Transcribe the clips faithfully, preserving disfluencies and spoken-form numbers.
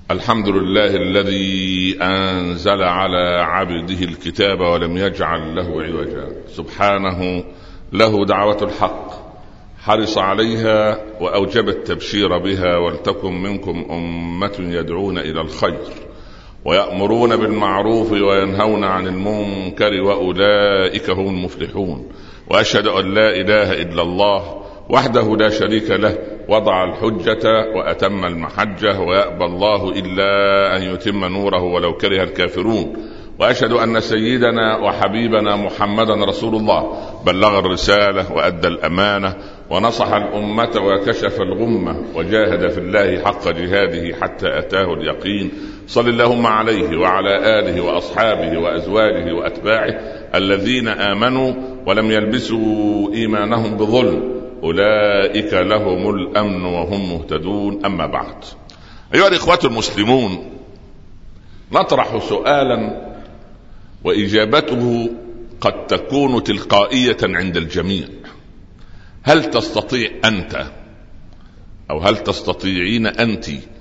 الحمد لله الذي أنزل على عبده الكتاب ولم يجعل له عوجا، سبحانه له دعوة الحق، حرص عليها وأوجب التبشير بها. ولتكن منكم أمة يدعون إلى الخير ويأمرون بالمعروف وينهون عن المنكر وأولئك هم المفلحون. وأشهد أن لا إله إلا الله وحده لا شريك له، وضع الحجة وأتم المحجة، ويأبى الله إلا أن يتم نوره ولو كره الكافرون. وأشهد أن سيدنا وحبيبنا محمدا رسول الله، بلغ الرسالة وأدى الأمانة ونصح الأمة وكشف الغمة وجاهد في الله حق جهاده حتى أتاه اليقين. صل اللهم عليه وعلى آله وأصحابه وأزواجه وأتباعه الذين آمنوا ولم يلبسوا إيمانهم بظلم، أولئك لهم الأمن وهم مهتدون. أما بعد، أيها الإخوة المسلمون، نطرح سؤالا وإجابته قد تكون تلقائية عند الجميع: هل تستطيع أنت أو هل تستطيعين أنت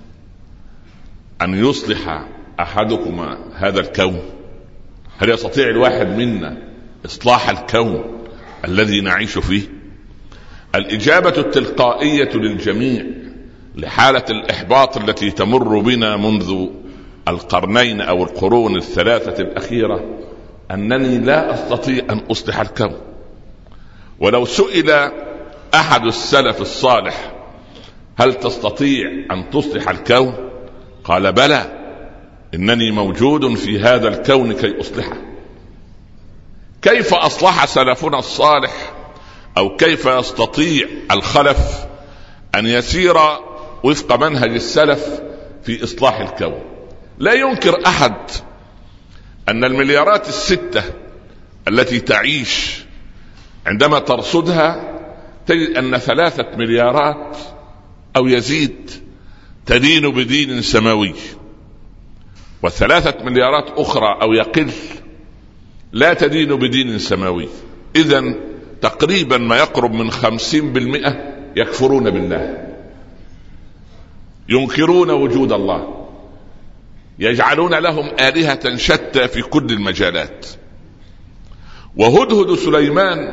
أن يصلح أحدكما هذا الكون؟ هل يستطيع الواحد منا إصلاح الكون الذي نعيش فيه؟ الإجابة التلقائية للجميع لحالة الإحباط التي تمر بنا منذ القرنين أو القرون الثلاثة الأخيرة أنني لا أستطيع أن أصلح الكون. ولو سئل أحد السلف الصالح: هل تستطيع أن تصلح الكون؟ قال: بلى، إنني موجود في هذا الكون كي أصلحه. كيف أصلح سلفنا الصالح، أو كيف يستطيع الخلف أن يسير وفق منهج السلف في إصلاح الكون؟ لا ينكر أحد أن المليارات الستة التي تعيش عندما ترصدها تجد أن ثلاثة مليارات أو يزيد تدين بدين سماوي، وثلاثة مليارات أخرى أو يقل لا تدين بدين سماوي. إذن تقريبا ما يقرب من خمسين بالمئة يكفرون بالله، ينكرون وجود الله، يجعلون لهم آلهة شتى في كل المجالات. وهدهد سليمان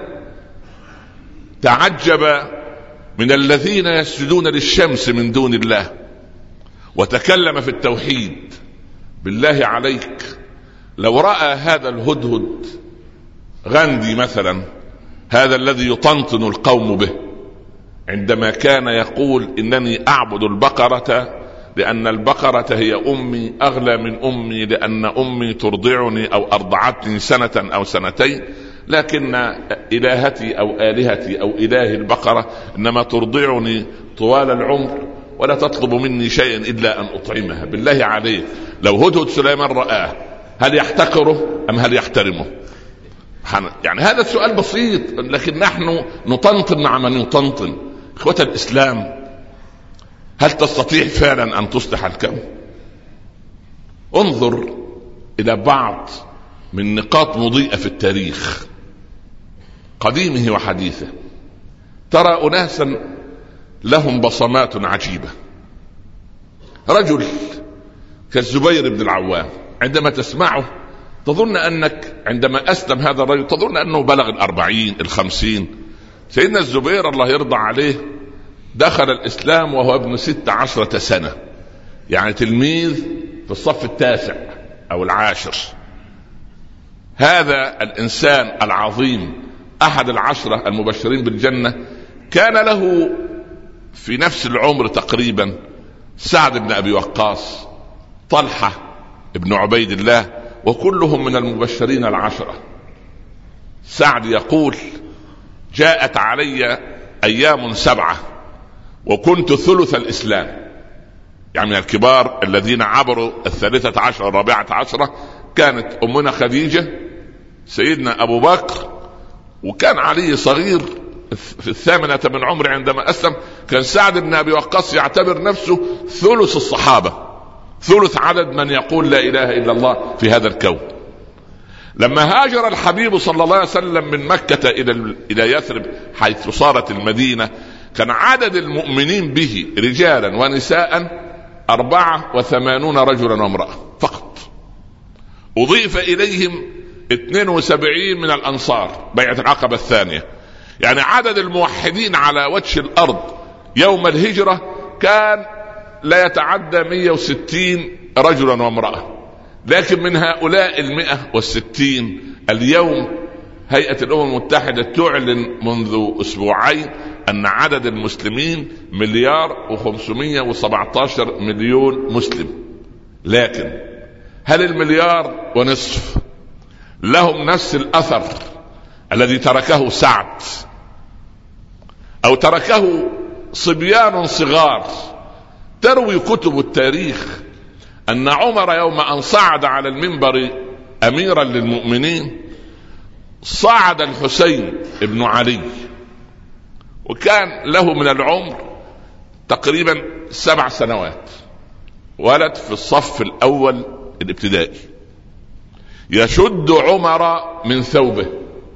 تعجب من الذين يسجدون للشمس من دون الله وتكلم في التوحيد. بالله عليك، لو رأى هذا الهدهد غاندي مثلا، هذا الذي يطنطن القوم به، عندما كان يقول: إنني أعبد البقرة لأن البقرة هي أمي، أغلى من أمي لأن أمي ترضعني أو أرضعتني سنة أو سنتين، لكن إلهتي أو آلهتي أو إله البقرة إنما ترضعني طوال العمر ولا تطلب مني شيئا إلا أن أطعمها. بالله عليك، لو هدهد سليمان رآه هل يحتقره أم هل يحترمه؟ يعني هذا السؤال بسيط، لكن نحن نطنطن مع من يطنطن. إخوة الإسلام، هل تستطيع فعلا أن تصلح الكون؟ انظر إلى بعض من نقاط مضيئة في التاريخ قديمه وحديثه، ترى أناسا لهم بصمات عجيبة. رجل كالزبير بن العوام، عندما تسمعه تظن أنك عندما أسلم هذا الرجل تظن أنه بلغ الأربعين الخمسين. سيدنا الزبير الله يرضى عليه دخل الإسلام وهو ابن ست عشرة سنة، يعني تلميذ في الصف التاسع أو العاشر. هذا الإنسان العظيم أحد العشرة المبشرين بالجنة، كان له في نفس العمر تقريبا سعد بن أبي وقاص، طلحة ابن عبيد الله، وكلهم من المبشرين العشرة. سعد يقول: جاءت علي أيام سبعة وكنت ثلث الإسلام، يعني من الكبار الذين عبروا الثالثة عشر الرابعة عشرة. كانت أمنا خديجة، سيدنا أبو بكر، وكان علي صغير في الثامنة من عمره عندما أسلم. كان سعد بن أبي وقاص يعتبر نفسه ثلث الصحابة، ثلث عدد من يقول لا إله إلا الله في هذا الكون. لما هاجر الحبيب صلى الله عليه وسلم من مكة إلى إلى يثرب حيث صارت المدينة، كان عدد المؤمنين به رجالا ونساء أربعة وثمانون رجلا وامرأة فقط، أضيف إليهم اثنين وسبعين من الأنصار بيعة العقبة الثانية. يعني عدد الموحدين على وجه الأرض يوم الهجرة كان لا يتعدى مئة وستين رجلا وامرأة، لكن من هؤلاء المئة والستين اليوم هيئة الأمم المتحدة تعلن منذ أسبوعين أن عدد المسلمين مليار وخمسمائة وسبعة عشر مليون مسلم. لكن هل المليار ونصف لهم نفس الأثر الذي تركه سعد أو تركه صبيان صغار؟ تروي كتب التاريخ أن عمر يوم أن صعد على المنبر أميرا للمؤمنين صعد الحسين ابن علي، وكان له من العمر تقريبا سبع سنوات، ولد في الصف الأول الابتدائي. يشد عمر من ثوبه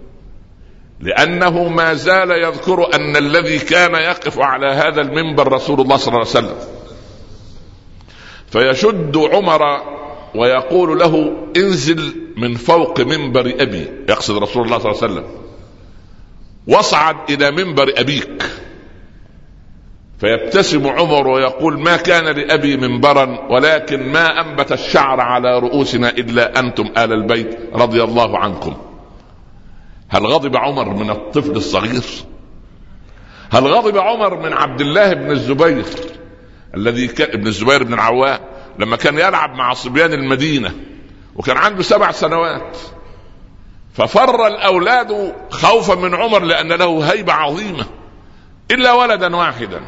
لأنه ما زال يذكر أن الذي كان يقف على هذا المنبر رسول الله صلى الله عليه وسلم، فيشد عمر ويقول له انزل من فوق منبر أبي، يقصد رسول الله صلى الله عليه وسلم، واصعد إلى منبر أبيك. فيبتسم عمر ويقول ما كان لأبي منبرا ولكن ما أنبت الشعر على رؤوسنا إلا أنتم آل البيت رضي الله عنكم. هل غضب عمر من الطفل الصغير؟ هل غضب عمر من عبد الله بن الزبير الذي كان ابن الزبير بن العوام لما كان يلعب مع صبيان المدينة وكان عنده سبع سنوات، ففر الأولاد خوفا من عمر لأن له هيبة عظيمة إلا ولدا واحدا،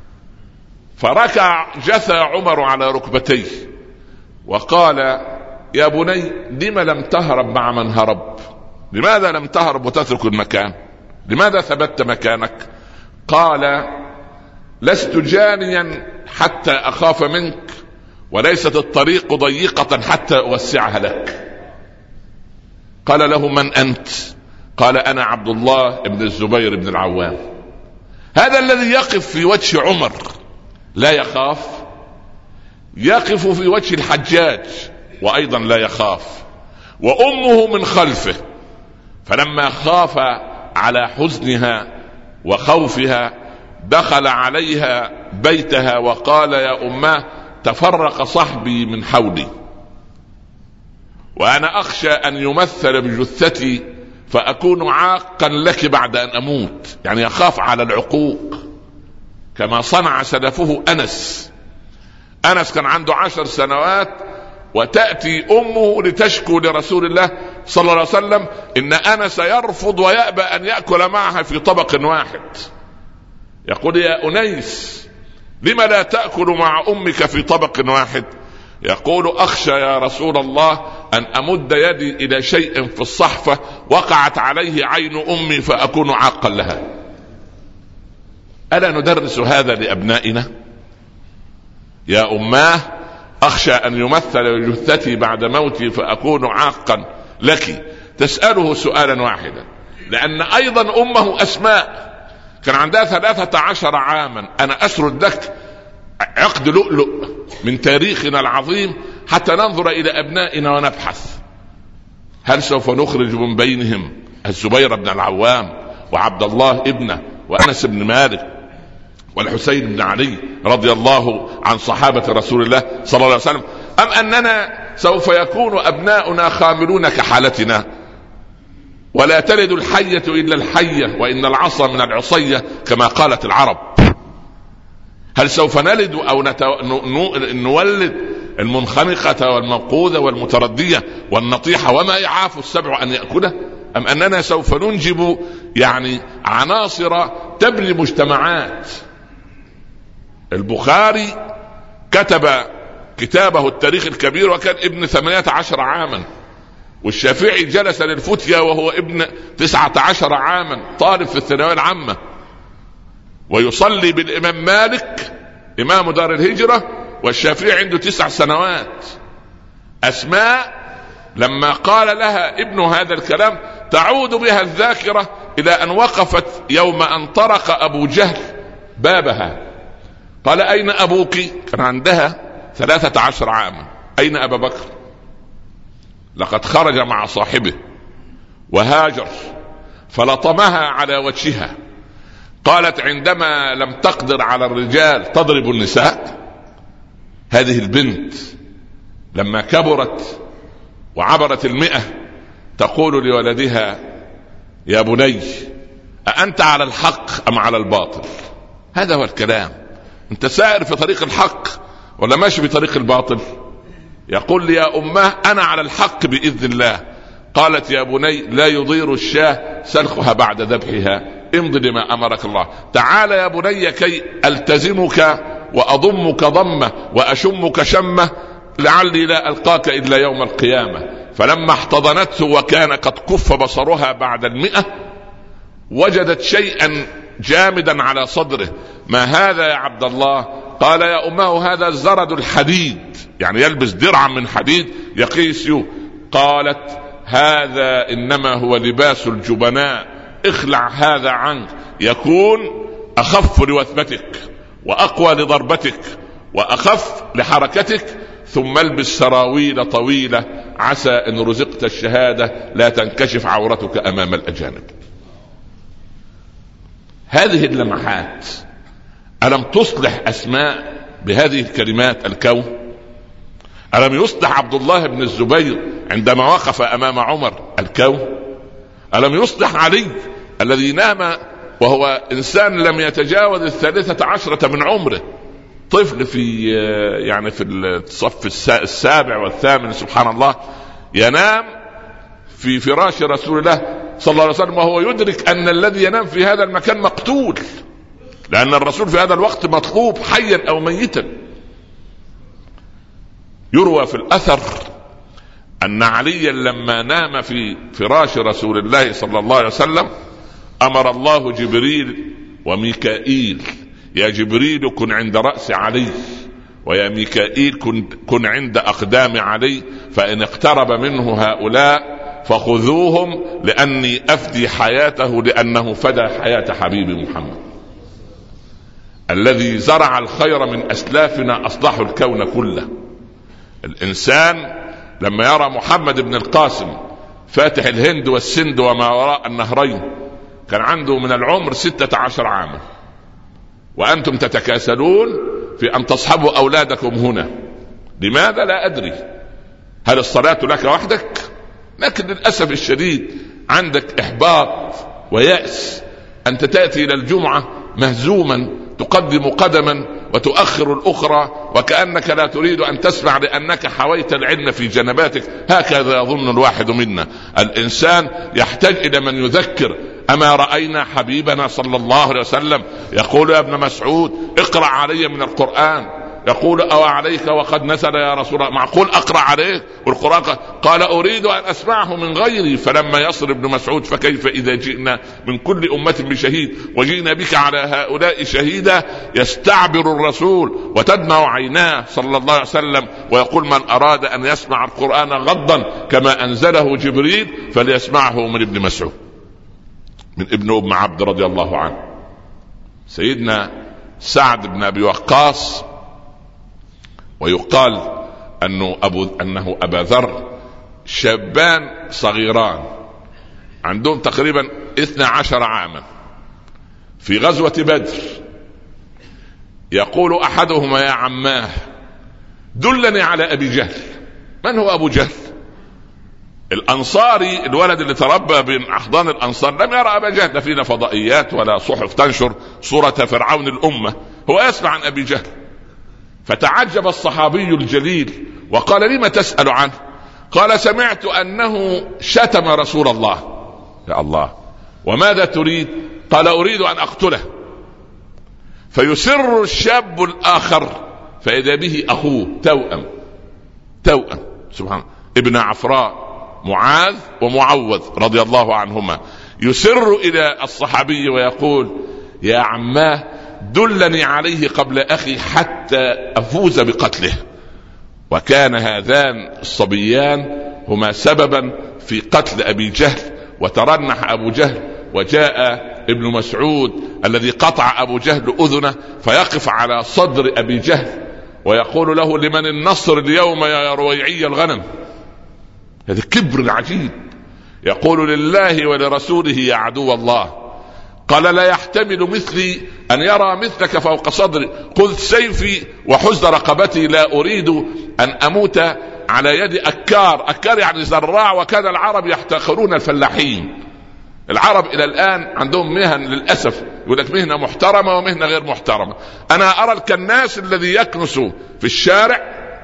فركع جثى عمر على ركبتيه وقال يا بني لم لم تهرب مع من هرب؟ لماذا لم تهرب وتترك المكان؟ لماذا ثبت مكانك؟ قال لست جانيا حتى أخاف منك، وليست الطريق ضيقة حتى أوسعها لك. قال له من أنت؟ قال أنا عبد الله بن الزبير بن العوام. هذا الذي يقف في وجه عمر لا يخاف، يقف في وجه الحجاج وأيضا لا يخاف، وأمه من خلفه، فلما خاف على حزنها وخوفها دخل عليها بيتها وقال يا أماه تفرق صحبي من حولي وأنا أخشى أن يمثل بجثتي فأكون عاقا لك بعد أن أموت، يعني يخاف على العقوق كما صنع سلفه أنس. أنس كان عنده عشر سنوات وتأتي أمه لتشكو لرسول الله صلى الله عليه وسلم إن أنس يرفض ويأبى أن يأكل معها في طبق واحد. يقول يا أنيس لما لا تأكل مع أمك في طبق واحد؟ يقول أخشى يا رسول الله أن أمد يدي إلى شيء في الصحفة وقعت عليه عين أمي فأكون عاقا لها. ألا ندرس هذا لأبنائنا؟ يا أماه أخشى أن يمثل جثتي بعد موتي فأكون عاقا لك. تسأله سؤالا واحدا، لأن أيضا أمه أسماء كان عندها ثلاثة عشر عاما. أنا أسرد لك عقد لؤلؤ من تاريخنا العظيم حتى ننظر إلى أبنائنا ونبحث هل سوف نخرج من بينهم الزبير بن العوام وعبد الله ابنه وأنس بن مالك والحسين بن علي رضي الله عن صحابة رسول الله صلى الله عليه وسلم، أم أننا سوف يكون أبناؤنا خاملون كحالتنا؟ ولا تلد الحية إلا الحية وإن العصا من العصية كما قالت العرب. هل سوف نلد أو نولد المنخنقة والموقوذة والمتردية والنطيحة وما يعاف السبع أن يأكله؟ أم أننا سوف ننجب يعني عناصر تبني مجتمعات؟ البخاري كتب كتابه التاريخ الكبير وكان ابن ثمانية عشر عاما، والشافعي جلس للفتيا وهو ابن تسعة عشر عاما طالب في الثانوية العامة، ويصلي بالإمام مالك إمام دار الهجرة والشافعي عنده تسع سنوات. أسماء لما قال لها ابن هذا الكلام تعود بها الذاكرة إلى أن وقفت يوم أن طرق أبو جهل بابها، قال أين أبوك؟ كان عندها ثلاثة عشر عاما. أين أبا بكر؟ لقد خرج مع صاحبه وهاجر فلطمها على وجهها. قالت عندما لم تقدر على الرجال تضرب النساء. هذه البنت لما كبرت وعبرت المئة تقول لولدها يا بني أأنت على الحق أم على الباطل؟ هذا هو الكلام. أنت سائر في طريق الحق ولا ماشي في طريق الباطل؟ يقول لي يا أمه أنا على الحق بإذن الله. قالت يا بني لا يضير الشاة سلخها بعد ذبحها، امض لما أمرك الله. تعال يا بني كي ألتزمك وأضمك ضمة وأشمك شمة لعلي لا ألقاك إلا يوم القيامة. فلما احتضنته وكان قد كف بصرها بعد المئة وجدت شيئا جامدا على صدره. ما هذا يا عبد الله؟ قال يا أمه هذا زرد الحديد، يعني يلبس درعا من حديد يقيس يوم. قالت هذا إنما هو لباس الجبناء، اخلع هذا عنك يكون أخف لوثبتك وأقوى لضربتك وأخف لحركتك، ثم البس سراويل طويلة عسى إن رزقت الشهادة لا تنكشف عورتك أمام الأجانب. هذه اللمحات ألم تصلح أسماء بهذه الكلمات الكون؟ ألم يصلح عبد الله بن الزبير عندما وقف أمام عمر الكون؟ ألم يصلح علي الذي نام وهو إنسان لم يتجاوز الثالثة عشرة من عمره، طفل في يعني في الصف السابع والثامن سبحان الله، ينام في فراش رسول الله صلى الله عليه وسلم وهو يدرك أن الذي ينام في هذا المكان مقتول، لأن الرسول في هذا الوقت مطلوب حيا أو ميتا. يروى في الأثر أن عليا لما نام في فراش رسول الله صلى الله عليه وسلم أمر الله جبريل وميكائيل يا جبريل كن عند رأس علي، ويا ميكائيل كن, كن عند أقدام علي، فإن اقترب منه هؤلاء فخذوهم لأني أفدي حياته لأنه فدى حياة حبيبي محمد. الذي زرع الخير من أسلافنا أصلحوا الكون كله. الإنسان لما يرى محمد بن القاسم فاتح الهند والسند وما وراء النهرين كان عنده من العمر ستة عشر عاما، وأنتم تتكاسلون في أن تصحبوا أولادكم هنا. لماذا؟ لا أدري. هل الصلاة لك وحدك؟ لكن للأسف الشديد عندك إحباط ويأس. أنت تأتي إلى الجمعة مهزوما، تقدم قدما وتؤخر الأخرى وكأنك لا تريد أن تسمع لأنك حويت العلم في جنباتك. هكذا يظن الواحد منا. الإنسان يحتاج إلى من يذكر. أما رأينا حبيبنا صلى الله عليه وسلم يقول يا ابن مسعود اقرأ علي من القرآن، يقول أو عليك وقد نزل يا رسول الله، معقول أقرأ عليك والقرآن؟ قال أريد أن أسمعه من غيري. فلما يصل ابن مسعود فكيف إذا جئنا من كل أمة بشهيد وجئنا بك على هؤلاء شهيدا، يستعبر الرسول وتدمع عيناه صلى الله عليه وسلم ويقول من أراد أن يسمع القرآن غضا كما أنزله جبريل فليسمعه من ابن مسعود، من ابن أم عبد رضي الله عنه. سيدنا سعد بن أبي وقاص، ويقال أنه أبو أنه أبا ذر، شابان صغيران عندهم تقريبا اثنى عشر عاما في غزوة بدر. يقول أحدهما يا عماه دلني على أبي جهل. من هو أبو جهل؟ الأنصاري، الولد اللي تربى بين أحضان الأنصار، لم يرى أبا جهل، لا فينا فضائيات ولا صحف تنشر صورة فرعون الأمة، هو يسمع عن أبي جهل. فتعجب الصحابي الجليل وقال لما تسأل عنه؟ قال سمعت أنه شتم رسول الله. يا الله، وماذا تريد؟ قال أريد أن أقتله. فيسر الشاب الآخر فإذا به أخوه توأم توأم سبحان ابن عفراء، معاذ ومعوذ رضي الله عنهما، يسر إلى الصحابي ويقول يا عماه دلني عليه قبل أخي حتى أفوز بقتله. وكان هذان الصبيان هما سببا في قتل أبي جهل. وترنح أبو جهل وجاء ابن مسعود الذي قطع أبو جهل أذنه فيقف على صدر أبي جهل ويقول له لمن النصر اليوم يا رويعي الغنم. هذا الكبر العجيب. يقول لله ولرسوله يا عدو الله. قال لا يحتمل مثلي أن يرى مثلك فوق صدري، خذ سيفي وحز رقبتي، لا أريد أن أموت على يد أكار. أكار يعني زراع، وكان العرب يحتقرون الفلاحين. العرب إلى الآن عندهم مهن للأسف، يقول لك مهنة محترمة ومهنة غير محترمة. أنا أرى الكناس الذي يكنس في الشارع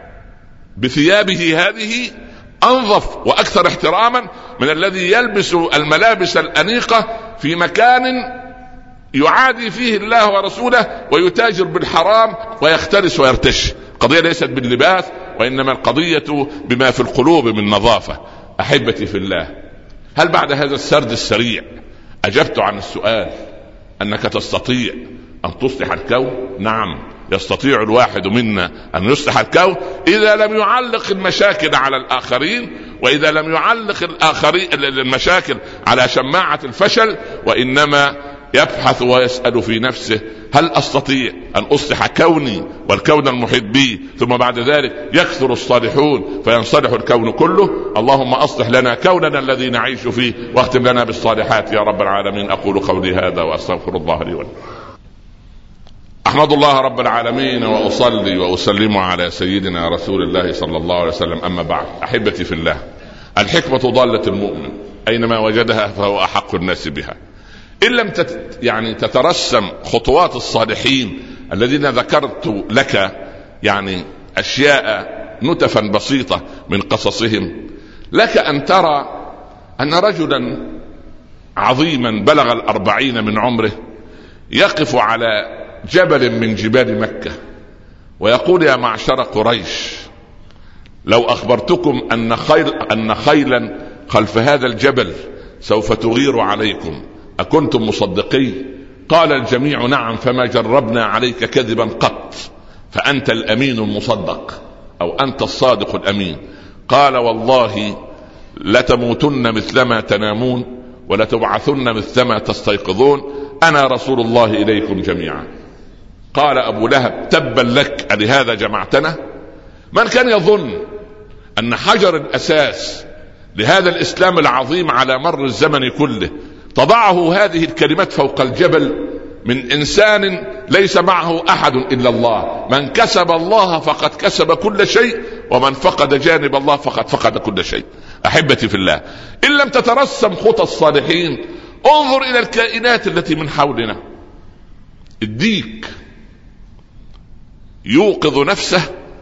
بثيابه هذه أنظف وأكثر احتراما من الذي يلبس الملابس الأنيقة في مكان يعادي فيه الله ورسوله ويتاجر بالحرام ويختلس ويرتش. القضية ليست باللباس، وإنما القضية بما في القلوب من نظافة. أحبتي في الله، هل بعد هذا السرد السريع أجبت عن السؤال أنك تستطيع أن تصلح الكون؟ نعم، يستطيع الواحد منا أن يصلح الكون إذا لم يعلق المشاكل على الآخرين، وإذا لم يعلق الآخرين المشاكل على شماعة الفشل، وإنما يبحث ويسأل في نفسه هل أستطيع أن أصلح كوني والكون المحيط بي؟ ثم بعد ذلك يكثر الصالحون فينصلح الكون كله. اللهم أصلح لنا كوننا الذي نعيش فيه، واختم لنا بالصالحات يا رب العالمين. أقول قولي هذا وأستغفر الله لي ولكم. أحمد الله رب العالمين وأصلي وأسلم على سيدنا رسول الله صلى الله عليه وسلم. أما بعد، أحبتي في الله، الحكمة ضالة المؤمن، أينما وجدها فهو أحق الناس بها. إن لم تت يعني تترسم خطوات الصالحين الذين ذكرت لك يعني أشياء نتفا بسيطة من قصصهم، لك أن ترى أن رجلا عظيما بلغ الأربعين من عمره يقف على جبل من جبال مكة ويقول يا معشر قريش، لو أخبرتكم أن خيل أن خيلا خلف هذا الجبل سوف تغير عليكم أكنتم مصدقين؟ قال الجميع نعم، فما جربنا عليك كذبا قط، فأنت الأمين المصدق، أو أنت الصادق الأمين. قال والله لتموتن مثلما تنامون ولتبعثن مثلما تستيقظون، أنا رسول الله إليكم جميعا. قال أبو لهب تبا لك، ألهذا جمعتنا؟ من كان يظن أن حجر الأساس لهذا الإسلام العظيم على مر الزمن كله تضعه هذه الكلمات فوق الجبل من إنسان ليس معه أحد إلا الله؟ من كسب الله فقد كسب كل شيء، ومن فقد جانب الله فقد فقد كل شيء. أحبتي في الله، إن لم تترسم خطى الصالحين انظر إلى الكائنات التي من حولنا. الديك يوقظ نفسه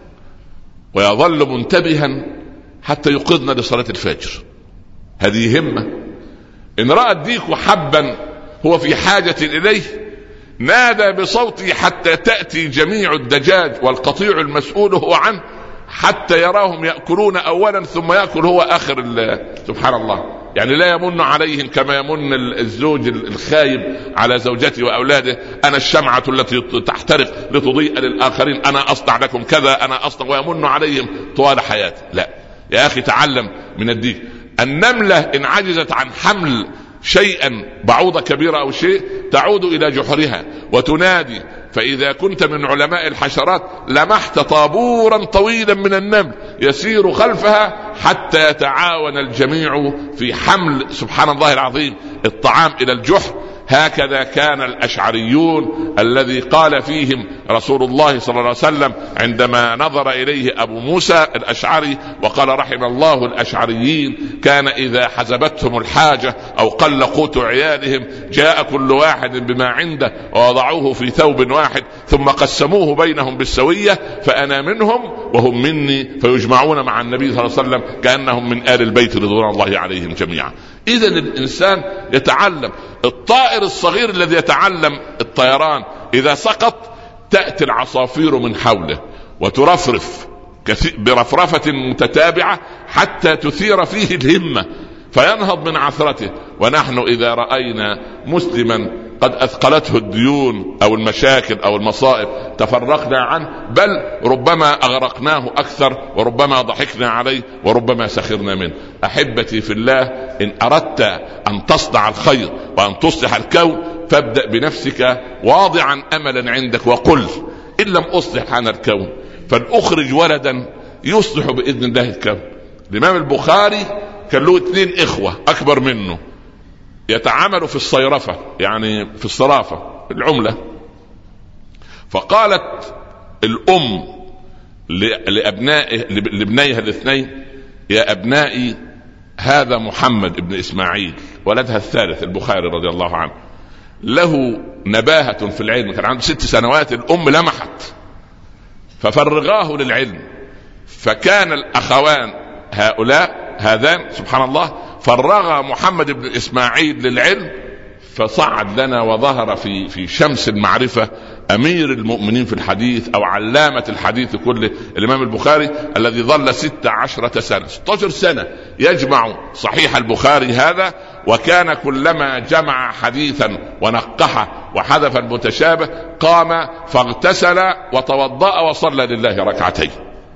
ويظل منتبها حتى يوقظنا لصلاة الفجر. هذه همة. إن رأى الديك حبا هو في حاجة إليه نادى بصوته حتى تأتي جميع الدجاج والقطيع المسؤول هو عنه حتى يراهم يأكلون أولا ثم يأكل هو آخر. سبحان الله، يعني لا يمن عليهم كما يمن الزوج الخايب على زوجته وأولاده، أنا الشمعة التي تحترق لتضيء للآخرين، أنا أصنع لكم كذا، أنا أصنع، ويمن عليهم طوال حياته. لا يا أخي، تعلم من الديك. النملة إن عجزت عن حمل شيئا، بعوضة كبيرة أو شيء، تعود إلى جحرها وتنادي. فإذا كنت من علماء الحشرات لمحت طابورا طويلا من النمل يسير خلفها حتى يتعاون الجميع في حمل، سبحان الله العظيم، الطعام إلى الجحر. هكذا كان الأشعريون الذي قال فيهم رسول الله صلى الله عليه وسلم عندما نظر إليه أبو موسى الأشعري وقال رحم الله الأشعريين، كان إذا حزبتهم الحاجة أو قل قوت عيالهم جاء كل واحد بما عنده ووضعوه في ثوب واحد ثم قسموه بينهم بالسوية، فأنا منهم وهم مني، فيجمعون مع النبي صلى الله عليه وسلم كأنهم من آل البيت رضوان الله عليهم جميعا. إذن الإنسان يتعلم. الطائر الصغير الذي يتعلم الطيران إذا سقط تأتي العصافير من حوله وترفرف برفرفة متتابعة حتى تثير فيه الهمة فينهض من عثرته. ونحن إذا رأينا مسلما قد أثقلته الديون أو المشاكل أو المصائب تفرقنا عنه، بل ربما أغرقناه أكثر، وربما ضحكنا عليه، وربما سخرنا منه. أحبتي في الله، إن أردت أن تصنع الخير وأن تصلح الكون فابدأ بنفسك واضعا أملا عندك وقل إن لم أصلح أنا الكون فلأخرج ولدا يصلح بإذن الله الكون. الإمام البخاري كان له اثنين إخوة أكبر منه يتعاملوا في الصيرفة، يعني في الصرافة العملة. فقالت الأم لأبنائه لابنيها الاثنين: يا أبنائي، هذا محمد ابن إسماعيل ولدها الثالث البخاري رضي الله عنه، له نباهة في العلم، كان عنده ست سنوات. الأم لمحت ففرغاه للعلم، فكان الأخوان هؤلاء هذان سبحان الله فرغ محمد بن إسماعيل للعلم، فصعد لنا وظهر في في شمس المعرفة أمير المؤمنين في الحديث أو علامة الحديث كله، الإمام البخاري الذي ظل ستة عشرة سنة ستة عشر سنة يجمع صحيح البخاري هذا، وكان كلما جمع حديثا ونقحه وحذف المتشابه قام فاغتسل وتوضأ وصلى لله ركعتين.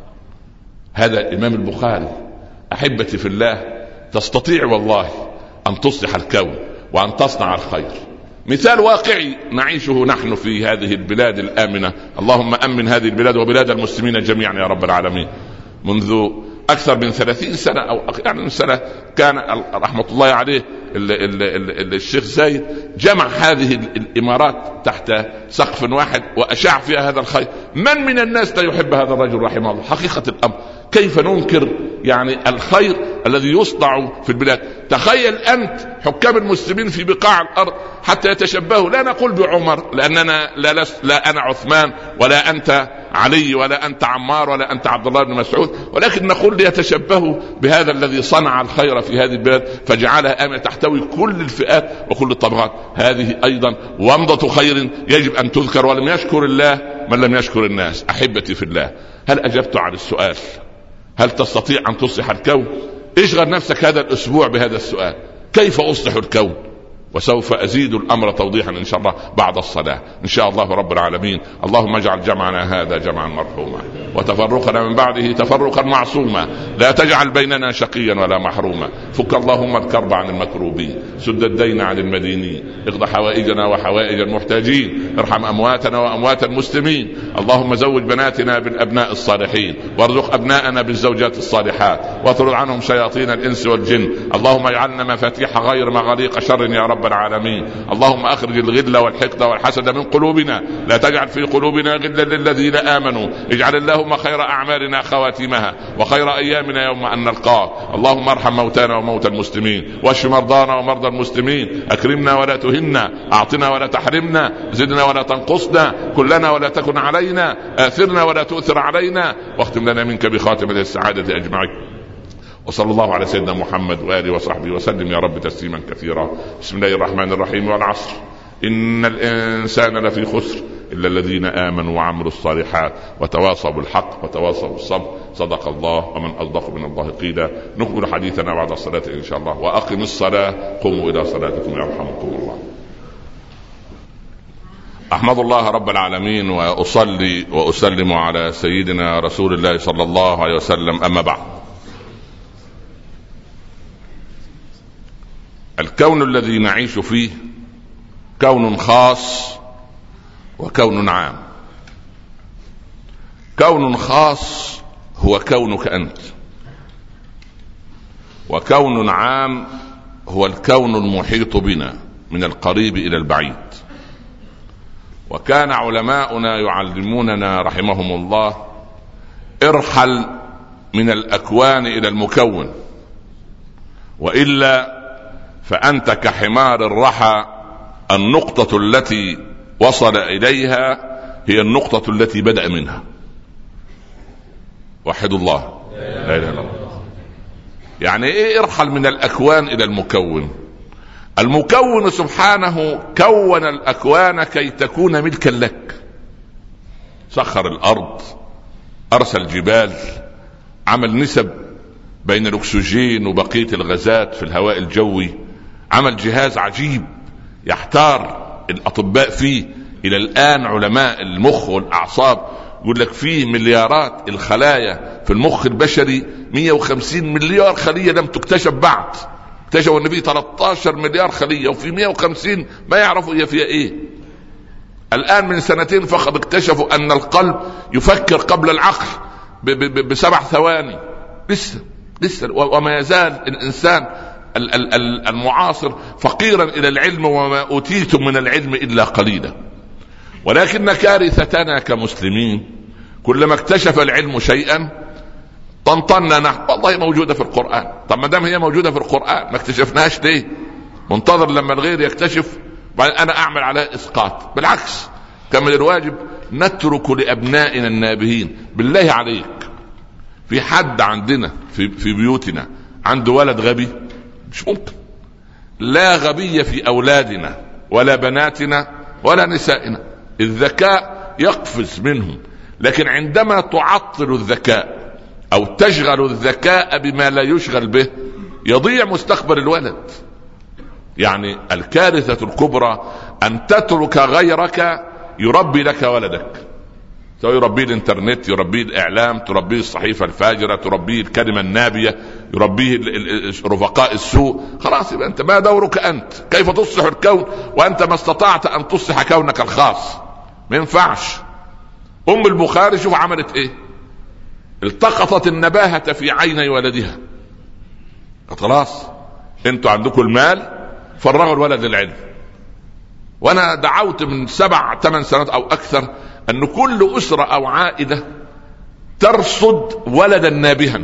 هذا الإمام البخاري. أحبتي في الله، تستطيع والله أن تصلح الكون وأن تصنع الخير. مثال واقعي نعيشه نحن في هذه البلاد الآمنة، اللهم أمن هذه البلاد وبلاد المسلمين جميعا يا رب العالمين. منذ أكثر من ثلاثين سنة أو يعني من سنة كان رحمة الله عليه ال ال ال الشيخ زايد جمع هذه الإمارات تحت سقف واحد وأشاع فيها هذا الخير. من من الناس لا يحب هذا الرجل رحمه الله؟ حقيقة الأمر كيف ننكر يعني الخير الذي يصنع في البلاد؟ تخيل أنت حكام المسلمين في بقاع الأرض حتى يتشبهوا، لا نقول بعمر لأننا لا, لا, لا أنا عثمان ولا أنت علي ولا أنت عمار ولا أنت عبد الله بن مسعود، ولكن نقول ليتشبهوا بهذا الذي صنع الخير في هذه البلاد فجعلها آمنة تحتوي كل الفئات وكل الطبقات. هذه أيضا ومضة خير يجب أن تذكر، ولم يشكر الله من لم يشكر الناس. أحبتي في الله، هل أجبت على السؤال؟ هل تستطيع أن تصلح الكون؟ اشغل نفسك هذا الأسبوع بهذا السؤال: كيف أصلح الكون؟ وسوف أزيد الأمر توضيحا إن شاء الله بعد الصلاة إن شاء الله رب العالمين. اللهم اجعل جمعنا هذا جمعا مرحوما وتفرقنا من بعده تفرقا معصوما، لا تجعل بيننا شقيا ولا محروما. فك اللهم الكرب عن المكروبين، سد الدين عن المدينين، اقض حوائجنا وحوائج المحتاجين، ارحم أمواتنا وأموات المسلمين. اللهم زوج بناتنا بالأبناء الصالحين، وارزق أبناءنا بالزوجات الصالحات، واطرد عنهم شياطين الإنس والجن. اللهم اجعلنا مفاتيح غير مغاليق شر يا رب العالمين. اللهم أخرج الغل والحقد والحسد من قلوبنا، لا تجعل في قلوبنا غلا للذين آمنوا. اجعل اللهم خير أعمالنا خواتمها وخير أيامنا يوم أن نلقاك. اللهم ارحم موتانا وموتى المسلمين، واشف مرضانا ومرضى المسلمين. أكرمنا ولا تهنا، أعطنا ولا تحرمنا، زدنا ولا تنقصنا، كلنا ولا تكن علينا، آثرنا ولا تؤثر علينا، واختم لنا منك بخاتمة السعادة أجمعين. وصلى الله على سيدنا محمد وآله وصحبه وسلم يا رب تسليما كثيرا. بسم الله الرحمن الرحيم. والعصر إن الإنسان لفي خسر إلا الذين آمنوا وعملوا الصالحات وتواصوا بالحق وتواصوا بالصبر. صدق الله ومن أصدق من الله قيلا. نكمل حديثنا بعد الصلاة إن شاء الله. وأقم الصلاة، قوموا إلى صلاتكم يرحمكم الله. أحمد الله رب العالمين وأصلي وأسلم على سيدنا رسول الله صلى الله عليه وسلم. أما بعد، الكون الذي نعيش فيه كون خاص وكون عام. كون خاص هو كونك أنت، وكون عام هو الكون المحيط بنا من القريب إلى البعيد. وكان علماؤنا يعلموننا رحمهم الله: ارحل من الأكوان إلى المكون، وإلا فأنت كحمار الرحى، النقطة التي وصل إليها هي النقطة التي بدأ منها. وحد الله، لا إله إلا الله. يعني إيه ارحل من الأكوان إلى المكون؟ المكون سبحانه كون الأكوان كي تكون ملكا لك. سخر الأرض، أرسل جبال، عمل نسب بين الأكسجين وبقية الغازات في الهواء الجوي، عمل جهاز عجيب يحتار الأطباء فيه. إلى الآن علماء المخ والأعصاب يقول لك فيه مليارات الخلايا في المخ البشري، مئة وخمسين مليار خلية لم تكتشف بعد. اكتشفوا ان فيه ثلاثة عشر مليار خلية وفي مئة وخمسين ما يعرفوا هي فيها ايه. الآن من سنتين فقط اكتشفوا أن القلب يفكر قبل العقل بسبع ثواني. لسه لسه وما يزال الإنسان المعاصر فقيرا إلى العلم، وما أوتيتم من العلم إلا قليلا. ولكن كارثتنا كمسلمين كلما اكتشف العلم شيئا طنطنا نحن والله موجودة في القرآن. طب ما دام هي موجودة في القرآن ما اكتشفناهاش ليه؟ منتظر لما الغير يكتشف بعدين أنا أعمل على إسقاط. بالعكس، كان من الواجب نترك لأبنائنا النابهين. بالله عليك، في حد عندنا في, في بيوتنا عنده ولد غبي؟ مش ممكن. لا غبية في أولادنا ولا بناتنا ولا نسائنا. الذكاء يقفز منهم، لكن عندما تعطل الذكاء أو تشغل الذكاء بما لا يشغل به يضيع مستقبل الولد. يعني الكارثة الكبرى أن تترك غيرك يربي لك ولدك، سواء يربيه الانترنت، يربيه الإعلام، تربيه الصحيفة الفاجرة، تربيه الكلمة النابية، يربيه رفقاء السوء. خلاص يبقى أنت ما دورك أنت؟ كيف تصلح الكون وأنت ما استطعت أن تصلح كونك الخاص؟ ما ينفعش. أم البخاري شوف عملت إيه، التقطت النباهة في عيني ولدها. خلاص انتوا عندكم المال، فرغوا الولد للعلم. وانا دعوت من سبع ثمان سنوات او اكثر ان كل اسرة او عائلة ترصد ولدا نابها،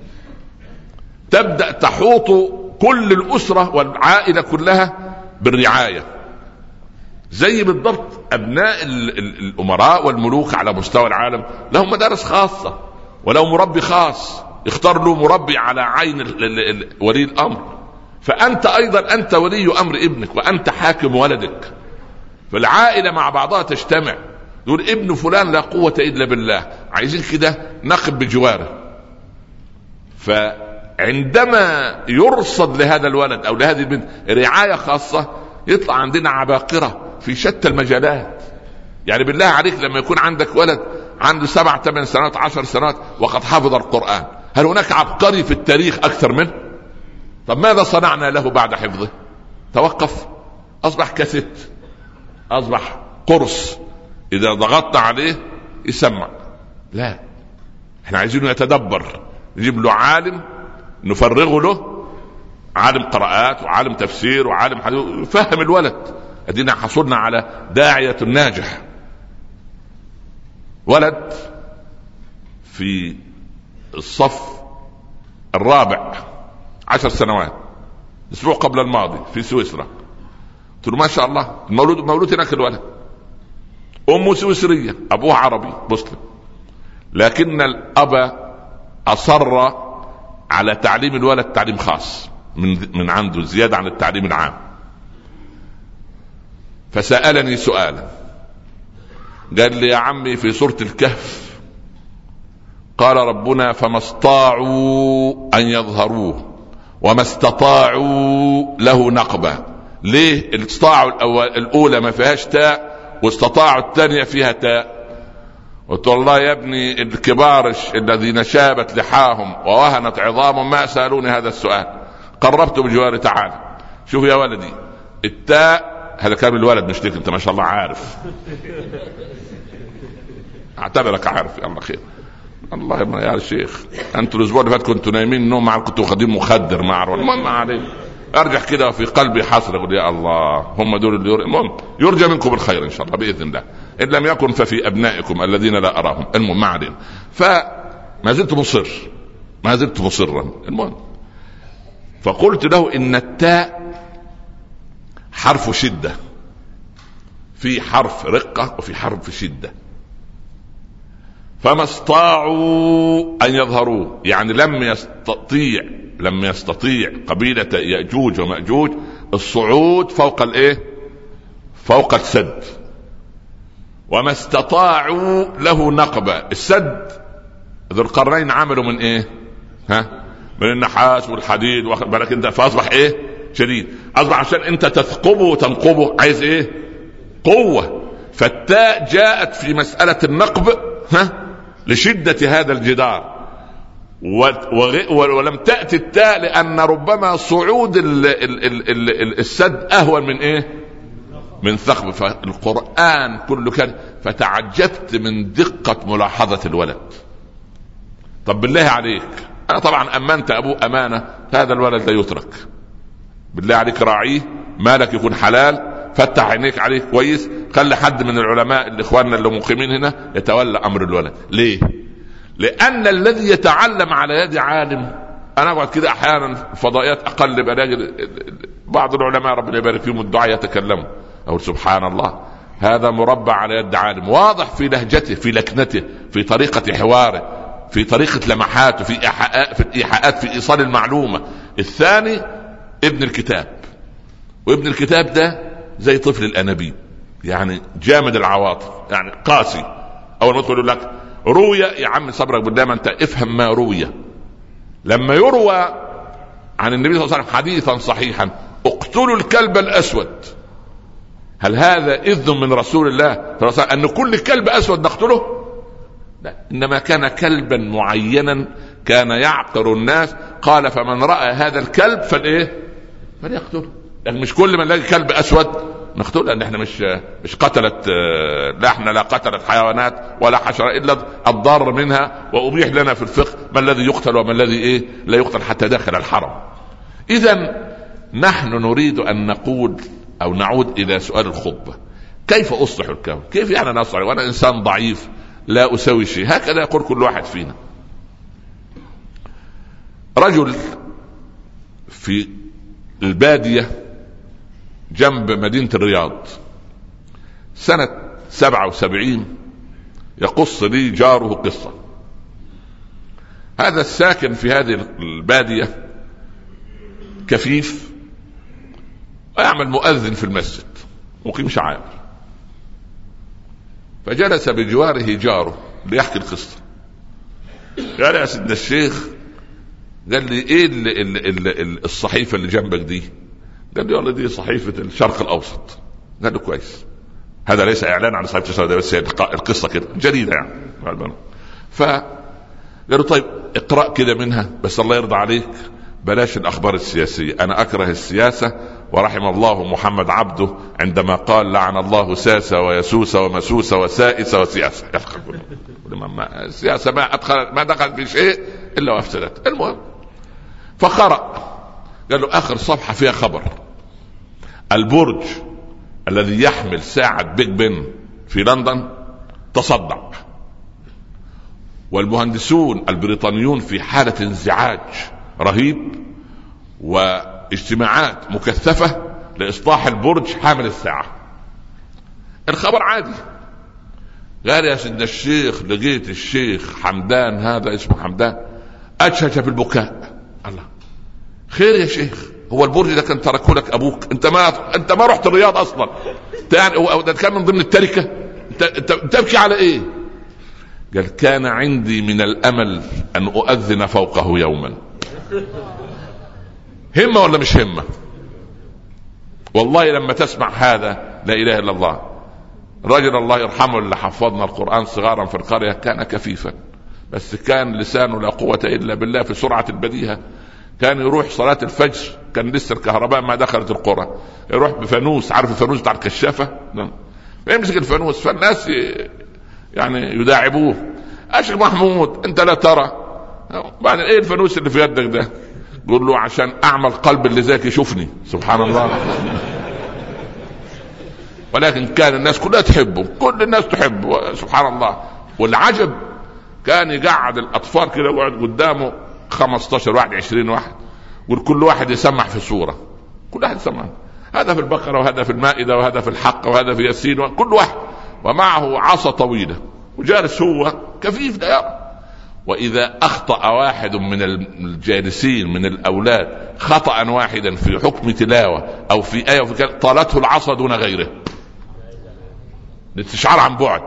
تبدأ تحوط كل الاسرة والعائلة كلها بالرعاية. زي بالضبط ابناء الامراء والملوك على مستوى العالم لهم مدارس خاصة ولو مربي خاص، يختار له مربي على عين ولي الامر. فانت ايضا انت ولي امر ابنك وانت حاكم ولدك. فالعائلة مع بعضها تجتمع، يقول ابن فلان لا قوة الا بالله، عايزين كده نقب بجواره. فعندما يرصد لهذا الولد او لهذه البنت رعاية خاصة يطلع عندنا عباقرة في شتى المجالات. يعني بالله عليك لما يكون عندك ولد عنده سبع ثمان سنوات عشر سنوات وقد حفظ القرآن، هل هناك عبقري في التاريخ أكثر منه؟ طب ماذا صنعنا له بعد حفظه؟ توقف، أصبح كاسيت، أصبح قرص، إذا ضغطت عليه يسمع. لا، احنا عايزينه يتدبر، نجيب له عالم نفرغه له، عالم قراءات وعالم تفسير وعالم حديث يفهم الولد. ادينا حصلنا على داعية الناجح. ولد في الصف الرابع عشر سنوات، اسبوع قبل الماضي في سويسرا، قلت له ما شاء الله مولود مولود هناك الولد، امه سويسرية ابوه عربي مسلم، لكن الاب اصر على تعليم الولد تعليم خاص من من عنده زيادة عن التعليم العام. فسألني سؤالا، قال لي يا عمي في سورة الكهف قال ربنا فما استطاعوا أن يظهروه وما استطاعوا له نقبة. ليه استطاعوا الأولى ما فيهاش تاء واستطاعوا الثانية فيها تاء؟ قلت والله يا ابني الكبار الذين شابت لحاهم ووهنت عظامهم ما سألوني هذا السؤال. قربت بجواري تعالى شوف يا ولدي التاء، هذا كان الولد مش ليك انت ما شاء الله عارف، اعتبرك عارف يلا خير. الله يا شيخ انتوا الاسبوع اللي فات كنتوا نايمين نوم معك، كنتوا واخدين مخدر مع المهم عليه. ارجع كده في قلبي حسرة اقول يا الله هم دول اللي المهم يرجى منكم الخير ان شاء الله باذن الله، ان لم يكن ففي ابنائكم الذين لا اراهم. المهم ما علينا. فما زلت مصر ما زلت مصرا. المهم فقلت له ان التاء حرف شدة، في حرف رقة وفي حرف شدة. فما استطاعوا أن يظهروه، يعني لم يستطيع لم يستطيع قبيلة يأجوج ومأجوج الصعود فوق الايه فوق السد. وما استطاعوا له نقبة. السد ذو القرنين عملوا من ايه ها من النحاس والحديد واخد بالك انت، فاصبح ايه شديد. اصبح عشان انت تثقبه وتنقبه عايز ايه قوة. فالتاء جاءت في مسألة النقب ها لشدة هذا الجدار، ولم تأتي التاء لأن ربما صعود ال ال ال ال السد أهون من إيه من ثقب. فالقرآن كله كان، فتعجبت من دقة ملاحظة الولد. طب بالله عليك، أنا طبعا أمنت أبوه أمانة، هذا الولد لا يترك، بالله عليك راعيه، مالك يكون حلال، فتح عينيك عليه كويس، خلي حد من العلماء اللي اخواننا اللي مقيمين هنا يتولى امر الولد. ليه؟ لان الذي يتعلم على يد عالم، انا اقعد كده احيانا فضائيات اقلب الاقي بعض العلماء ربنا يبارك فيهم الدعاء يتكلموا، او سبحان الله هذا مربع على يد عالم، واضح في لهجته، في لكنته، في طريقة حواره، في طريقة لمحاته، في إيحاءات، في الإيحاءات، في إيصال المعلومة. الثاني ابن الكتاب، وابن الكتاب ده زي طفل الأنابيب، يعني جامد العواطف، يعني قاسي. أول ما تقول لك روية، يا عم صبرك بالله، ما أنت افهم ما روية. لما يروى عن النبي صلى الله عليه وسلم حديثا صحيحا اقتلوا الكلب الأسود، هل هذا إذن من رسول الله صلى الله عليه وسلم أن كل كلب أسود نقتله؟ لا، إنما كان كلبا معينا كان يعقر الناس، قال فمن رأى هذا الكلب فالإيه فليقتله. لكن مش كل من لاقي كلب أسود نقتله، لأن احنا مش مش قتلت، لا احنا لا قتلت حيوانات ولا حشرة إلا الضار منها، وأبيح لنا في الفقه ما الذي يقتل وما الذي إيه لا يقتل حتى داخل الحرم. إذن نحن نريد أن نقول أو نعود إلى سؤال الخطبة: كيف أصلح الكون؟ كيف يعني أنا أصلح وأنا إنسان ضعيف لا أسوي شيء؟ هكذا يقول كل واحد فينا. رجل في البادية جنب مدينة الرياض سنة سبعة وسبعين يقص لي جاره قصة. هذا الساكن في هذه البادية كفيف ويعمل مؤذن في المسجد، مقيم شعائر. فجلس بجواره جاره ليحكي القصة. قال يا سيدنا الشيخ، قال لي ايه ال ال ال الصحيفة اللي جنبك دي؟ قال لي والله دي صحيفة الشرق الأوسط. قال له كويس، هذا ليس إعلان عن صحيفة الشرق الأوسط، بس القصة كده جديدة يعني. فقال له طيب اقرأ كده منها، بس الله يرضى عليك بلاش الأخبار السياسية، أنا أكره السياسة، ورحم الله محمد عبده عندما قال لعن الله ساسة ويسوس ومسوس وسائس وسياسة. السياسة ما أدخل ما دخل في شيء إلا وأفسدت. المهم فقرأ، قال له آخر صفحة فيها خبر: البرج الذي يحمل ساعة بيج بن في لندن تصدع، والمهندسون البريطانيون في حالة انزعاج رهيب، واجتماعات مكثفة لإصلاح البرج حامل الساعة. الخبر عادي. قال يا سيدنا الشيخ، لقيت الشيخ حمدان، هذا اسمه حمدان، أجهش في البكاء. الله، خير يا شيخ؟ هو البرج ده كان تركه لك أبوك؟ أنت ما أنت ما رحت الرياض أصلا، ده كان من ضمن التركة، أنت تبكي على إيه؟ قال كان عندي من الأمل أن أؤذن فوقه يوما. همة ولا مش همة؟ والله لما تسمع هذا لا إله إلا الله. رجل الله يرحمه اللي حفظنا القرآن صغارا في القرية كان كفيفا، بس كان لسانه لا قوة إلا بالله في سرعة البديهة. كان يروح صلاة الفجر، كان لسه الكهرباء ما دخلت القرى، يروح بفانوس، عارف الفانوس بتاع الكشافة، يمسك الفانوس، فالناس يعني يداعبوه: أشيخ محمود أنت لا ترى بعد إيه الفانوس اللي في يدك ده؟ يقول له عشان أعمل قلب اللي ذاك يشوفني. سبحان الله. ولكن كان الناس كلها تحبه، كل الناس تحبه، سبحان الله. والعجب كان يقعد الأطفال كده، يقعد قدامه خمستاشر واحد عشرين واحد، وكل واحد يسمع في سورة، كل واحد يسمع، هذا في البقرة وهذا في المائدة وهذا في الحق وهذا في ياسين، وكل واحد ومعه عصا طويلة، وجالس هو كفيف لا يرى. وإذا أخطأ واحد من الجالسين من الأولاد خطأ واحدا في حكم تلاوة أو في آية وفي كلام، طالته العصا دون غيره، للتشعار عن بعد.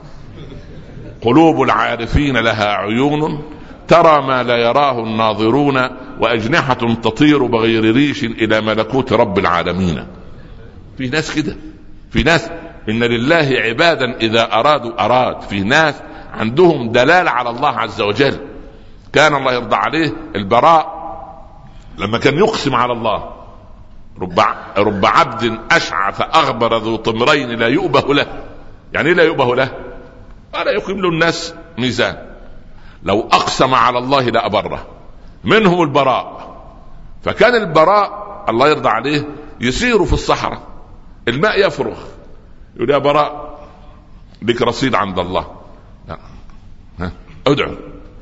قلوب العارفين لها عيون ترى ما لا يراه الناظرون، وأجنحة تطير بغير ريش إلى ملكوت رب العالمين. في ناس كده، في ناس إن لله عبادا إذا أرادوا أراد. في ناس عندهم دلالة على الله عز وجل. كان الله يرضى عليه البراء لما كان يقسم على الله رب رب عبد اشعث اغبر ذو طمرين لا يؤبه له. يعني ايه لا يؤبه له؟ ولا يقيم له الناس ميزان. لو اقسم على الله لأبره. منهم البراء. فكان البراء الله يرضى عليه يسير في الصحراء، الماء يفرغ، يقول يا براء لك رصيد عند الله، ها ادعو.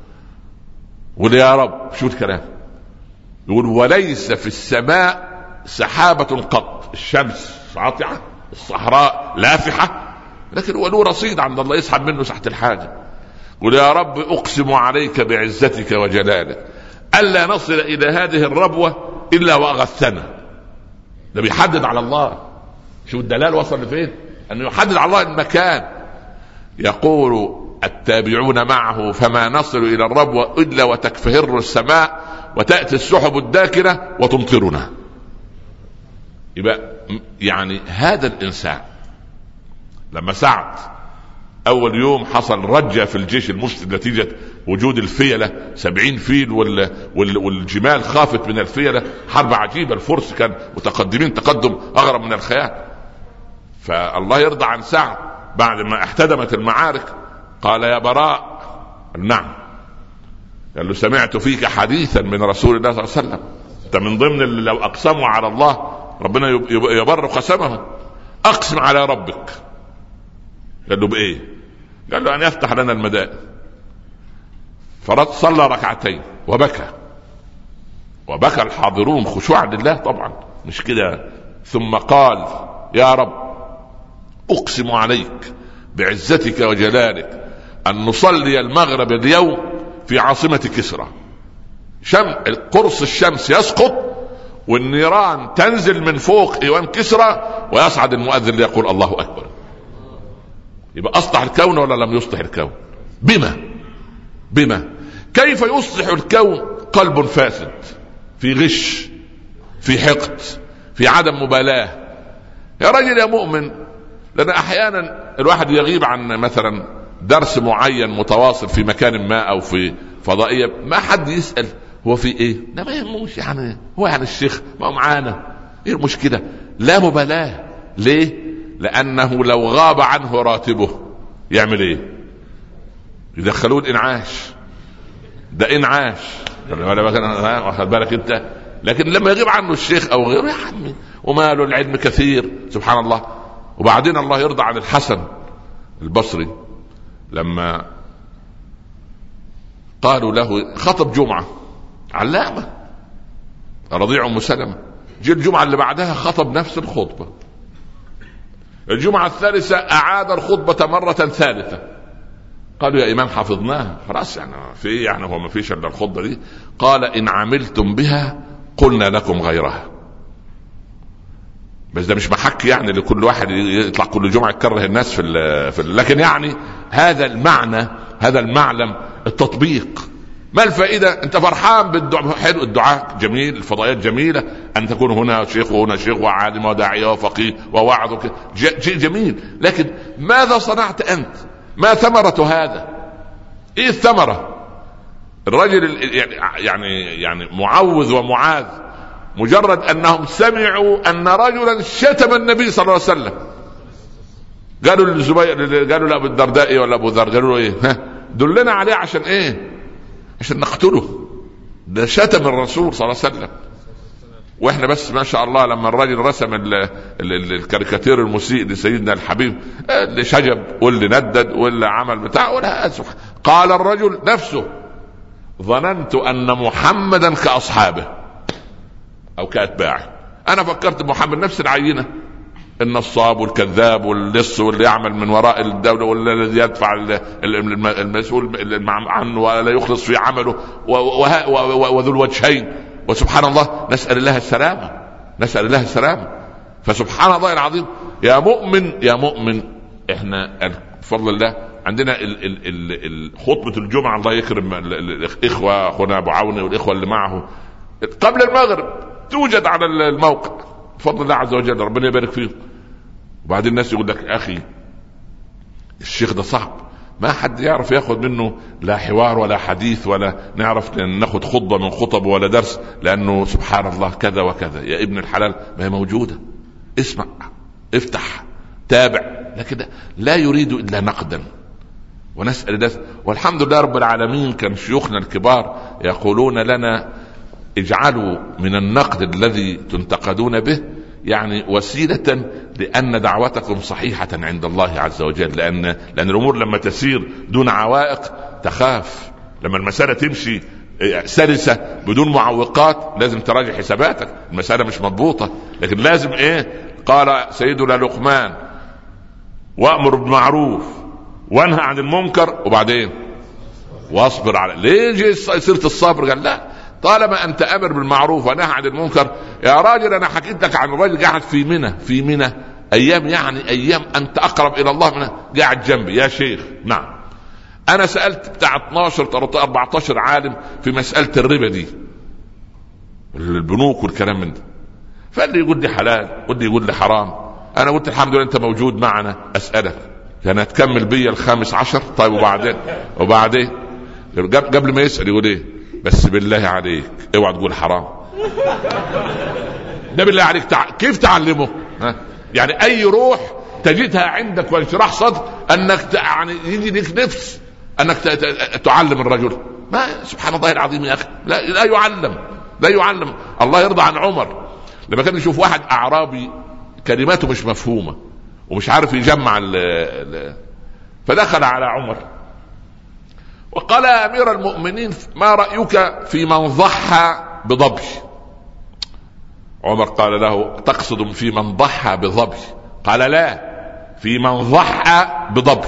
يقول يا رب شو الكلام؟ يقول وليس في السماء سحابة قط، الشمس ساطعة، الصحراء لافحة، لكن هو له رصيد عند الله يسحب منه ساعة الحاجة. يقول يا رب اقسم عليك بعزتك وجلالك ألا نصل إلى هذه الربوة إلا وأغثنا. ده بيحدد على الله. شو الدلال وصل لفين؟ أنه يحدد على الله المكان. يقول التابعون معه فما نصل إلى الربوة إلا وتكفهر السماء وتأتي السحب الداكنة وتمطرنا. يبقى يعني هذا الإنسان لما سعد أول يوم حصل رجة في الجيش المسلم نتيجة وجود الفيلة، سبعين فيل وال... وال... والجمال خافت من الفيلة. حرب عجيبة، الفرس كان متقدمين تقدم أغرب من الخيال. فالله يرضى عن سعد بعد ما احتدمت المعارك قال يا براء نعم. قال له سمعت فيك حديثا من رسول الله صلى الله عليه وسلم. انت من ضمن اللي لو اقسموا على الله ربنا يبر قسمه. اقسم على ربك. قال له بايه؟ قال له ان يفتح لنا المدائن. فرد صلى ركعتين وبكى وبكى الحاضرون خشوعا لله طبعا مش كده. ثم قال يا رب اقسم عليك بعزتك وجلالك ان نصلي المغرب اليوم في عاصمة كسرى. شم قرص الشمس يسقط والنيران تنزل من فوق ايوان كسرى ويصعد المؤذن ليقول الله اكبر. يبقى اصلح الكون ولا لم يصلح الكون؟ بما بما كيف يصلح الكون؟ قلب فاسد، في غش، في حقد، في عدم مبالاة. يا رجل يا مؤمن، لأن أحيانا الواحد يغيب عن مثلا درس معين متواصل في مكان ما أو في فضائية، ما حد يسأل هو في إيه؟ ده ما يهموش، يعني هو يعني الشيخ ما هو معانا، إيه المشكلة؟ لا مبالاة. ليه؟ لأنه لو غاب عنه راتبه يعمل إيه؟ يدخلوه الإنعاش. ده إنعاش، واخد بالك أنت؟ لكن لما يغيب عنه الشيخ أو غيره يا عمي وماله العلم كثير سبحان الله. وبعدين الله يرضى عن الحسن البصري لما قالوا له خطب جمعة علامة رضيع أم سلمة، جي الجمعة اللي بعدها خطب نفس الخطبة. الجمعة الثالثة أعاد الخطبة مرة ثالثة. قالوا يا إمام حفظناها خلاص، يعني في يعني هو ما فيش إلا الخطبة دي. قال إن عملتم بها قلنا لكم غيرها. بس ده مش محك يعني لكل واحد يطلع كل جمعة يكره الناس في ال في ال لكن يعني هذا المعنى، هذا المعلم، التطبيق. ما الفائدة؟ انت فرحان بالدعاء، حلو الدعاء جميل، الفضائيات جميلة، ان تكون هنا شيخ وهنا شيخ وعالم وداعية وفقيه وواعظ شيء جميل، لكن ماذا صنعت انت؟ ما ثمرة هذا؟ ايه الثمرة؟ الرجل يعني يعني معوذ ومعاذ مجرد انهم سمعوا ان رجلا شتم النبي صلى الله عليه وسلم قالوا للزبير، قالوا لابو الدرداء ولا ابو ذر، قالوا له ايه؟ ها دلنا عليه عشان ايه؟ عشان نقتله، ده شتم الرسول صلى الله عليه وسلم. واحنا بس ما شاء الله لما الراجل رسم ال ال ال الكاريكاتير المسيء لسيدنا الحبيب اللي شجب واللي ندد واللي عمل بتاع ولا أسف. قال الرجل نفسه ظننت ان محمدا كاصحابه او كاتباعه. انا فكرت محمد نفس العينه، النصاب والكذاب واللص واللي يعمل من وراء الدوله والذي يدفع المسؤول عنه ولا يخلص في عمله وذو الوجهين. وسبحان الله نسأل الله السلامة، نسأل الله السلامة. فسبحان الله العظيم يا مؤمن يا مؤمن، احنا بفضل الله عندنا خطبة الجمعة الله يكرم الإخوة أخونا أبو عون والإخوة اللي معه قبل المغرب توجد على الموقع بفضل الله عز وجل، ربنا يبارك فيه. وبعدين الناس يقول لك أخي الشيخ ده صعب، ما حد يعرف ياخد منه لا حوار ولا حديث ولا نعرف ناخد خطبة من خطبه ولا درس، لأنه سبحان الله كذا وكذا. يا ابن الحلال ما هي موجودة، اسمع افتح تابع، لكن لا يريد إلا نقدا. ونسأل ده، والحمد لله رب العالمين كان شيوخنا الكبار يقولون لنا اجعلوا من النقد الذي تنتقدون به يعني وسيلة لأن دعوتكم صحيحة عند الله عز وجل، لأن, لأن الأمور لما تسير دون عوائق تخاف. لما المسألة تمشي سلسة بدون معوقات لازم تراجع حساباتك، المسألة مش مضبوطة. لكن لازم ايه؟ قال سيدنا لقمان وأمر بالمعروف وانهى عن المنكر وبعدين واصبر على. ليه جي سيرة الصبر؟ قال لا، طالما انت امر بالمعروف ونهى عن المنكر. يا راجل انا حكيت لك عن راجل قاعد في منى في منى ايام، يعني ايام انت اقرب الى الله منها، قاعد جنبي يا شيخ. نعم انا سالت بتاع اثناشر اربعتاشر عالم في مساله الربا دي، البنوك والكلام من ده، فاللي يقول لي حلال واللي يقول لي حرام. انا قلت الحمد لله انت موجود معنا اسالك، كان هتكمل بيا الخامس عشر. طيب وبعدين وبعدين قبل ما يسال يقول ايه؟ بس بالله عليك اوعى تقول حرام. ده بالله عليك تع... كيف تعلمه؟ ها؟ يعني اي روح تجدها عندك وانشراح صدر انك ت... يعني يجي لك نفس انك ت... ت... تعلم الرجل. ما سبحان الله العظيم يا اخي، لا, لا يعلم لا يعلم. الله يرضى عن عمر لما كان يشوف واحد اعرابي كلماته مش مفهومه ومش عارف يجمع ال... ال... فدخل على عمر وقال يا امير المؤمنين ما رايك في من ضحى بظبي؟ عمر قال له تقصد في من ضحى بظبي؟ قال لا، في من ضحى بظبي.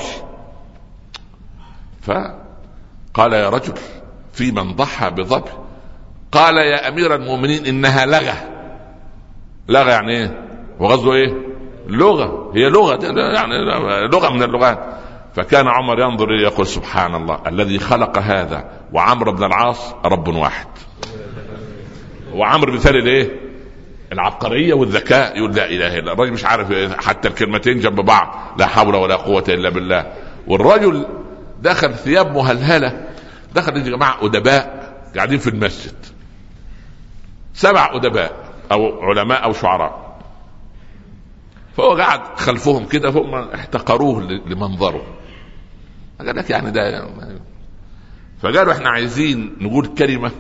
فقال يا رجل في من ضحى بظبي؟ قال يا امير المؤمنين انها لغة. لغة يعني ايه؟ وغزو ايه؟ لغة، هي لغة يعني لغة من اللغات. فكان عمر ينظر إليه يقول سبحان الله الذي خلق هذا وعمرو بن العاص رب واحد. وعمرو مثال الايه؟ العبقرية والذكاء. يقول لا اله الا الرجل مش عارف حتى الكلمتين جنب بعض، لا حول ولا قوة الا بالله. والرجل دخل ثياب مهلهلة، دخل يا جماعة أدباء قاعدين في المسجد، سبع أدباء او علماء او شعراء، فهو قاعد خلفهم كده، هم احتقروه لمنظره. قال لك يعني ده، فقالوا احنا عايزين نقول كلمة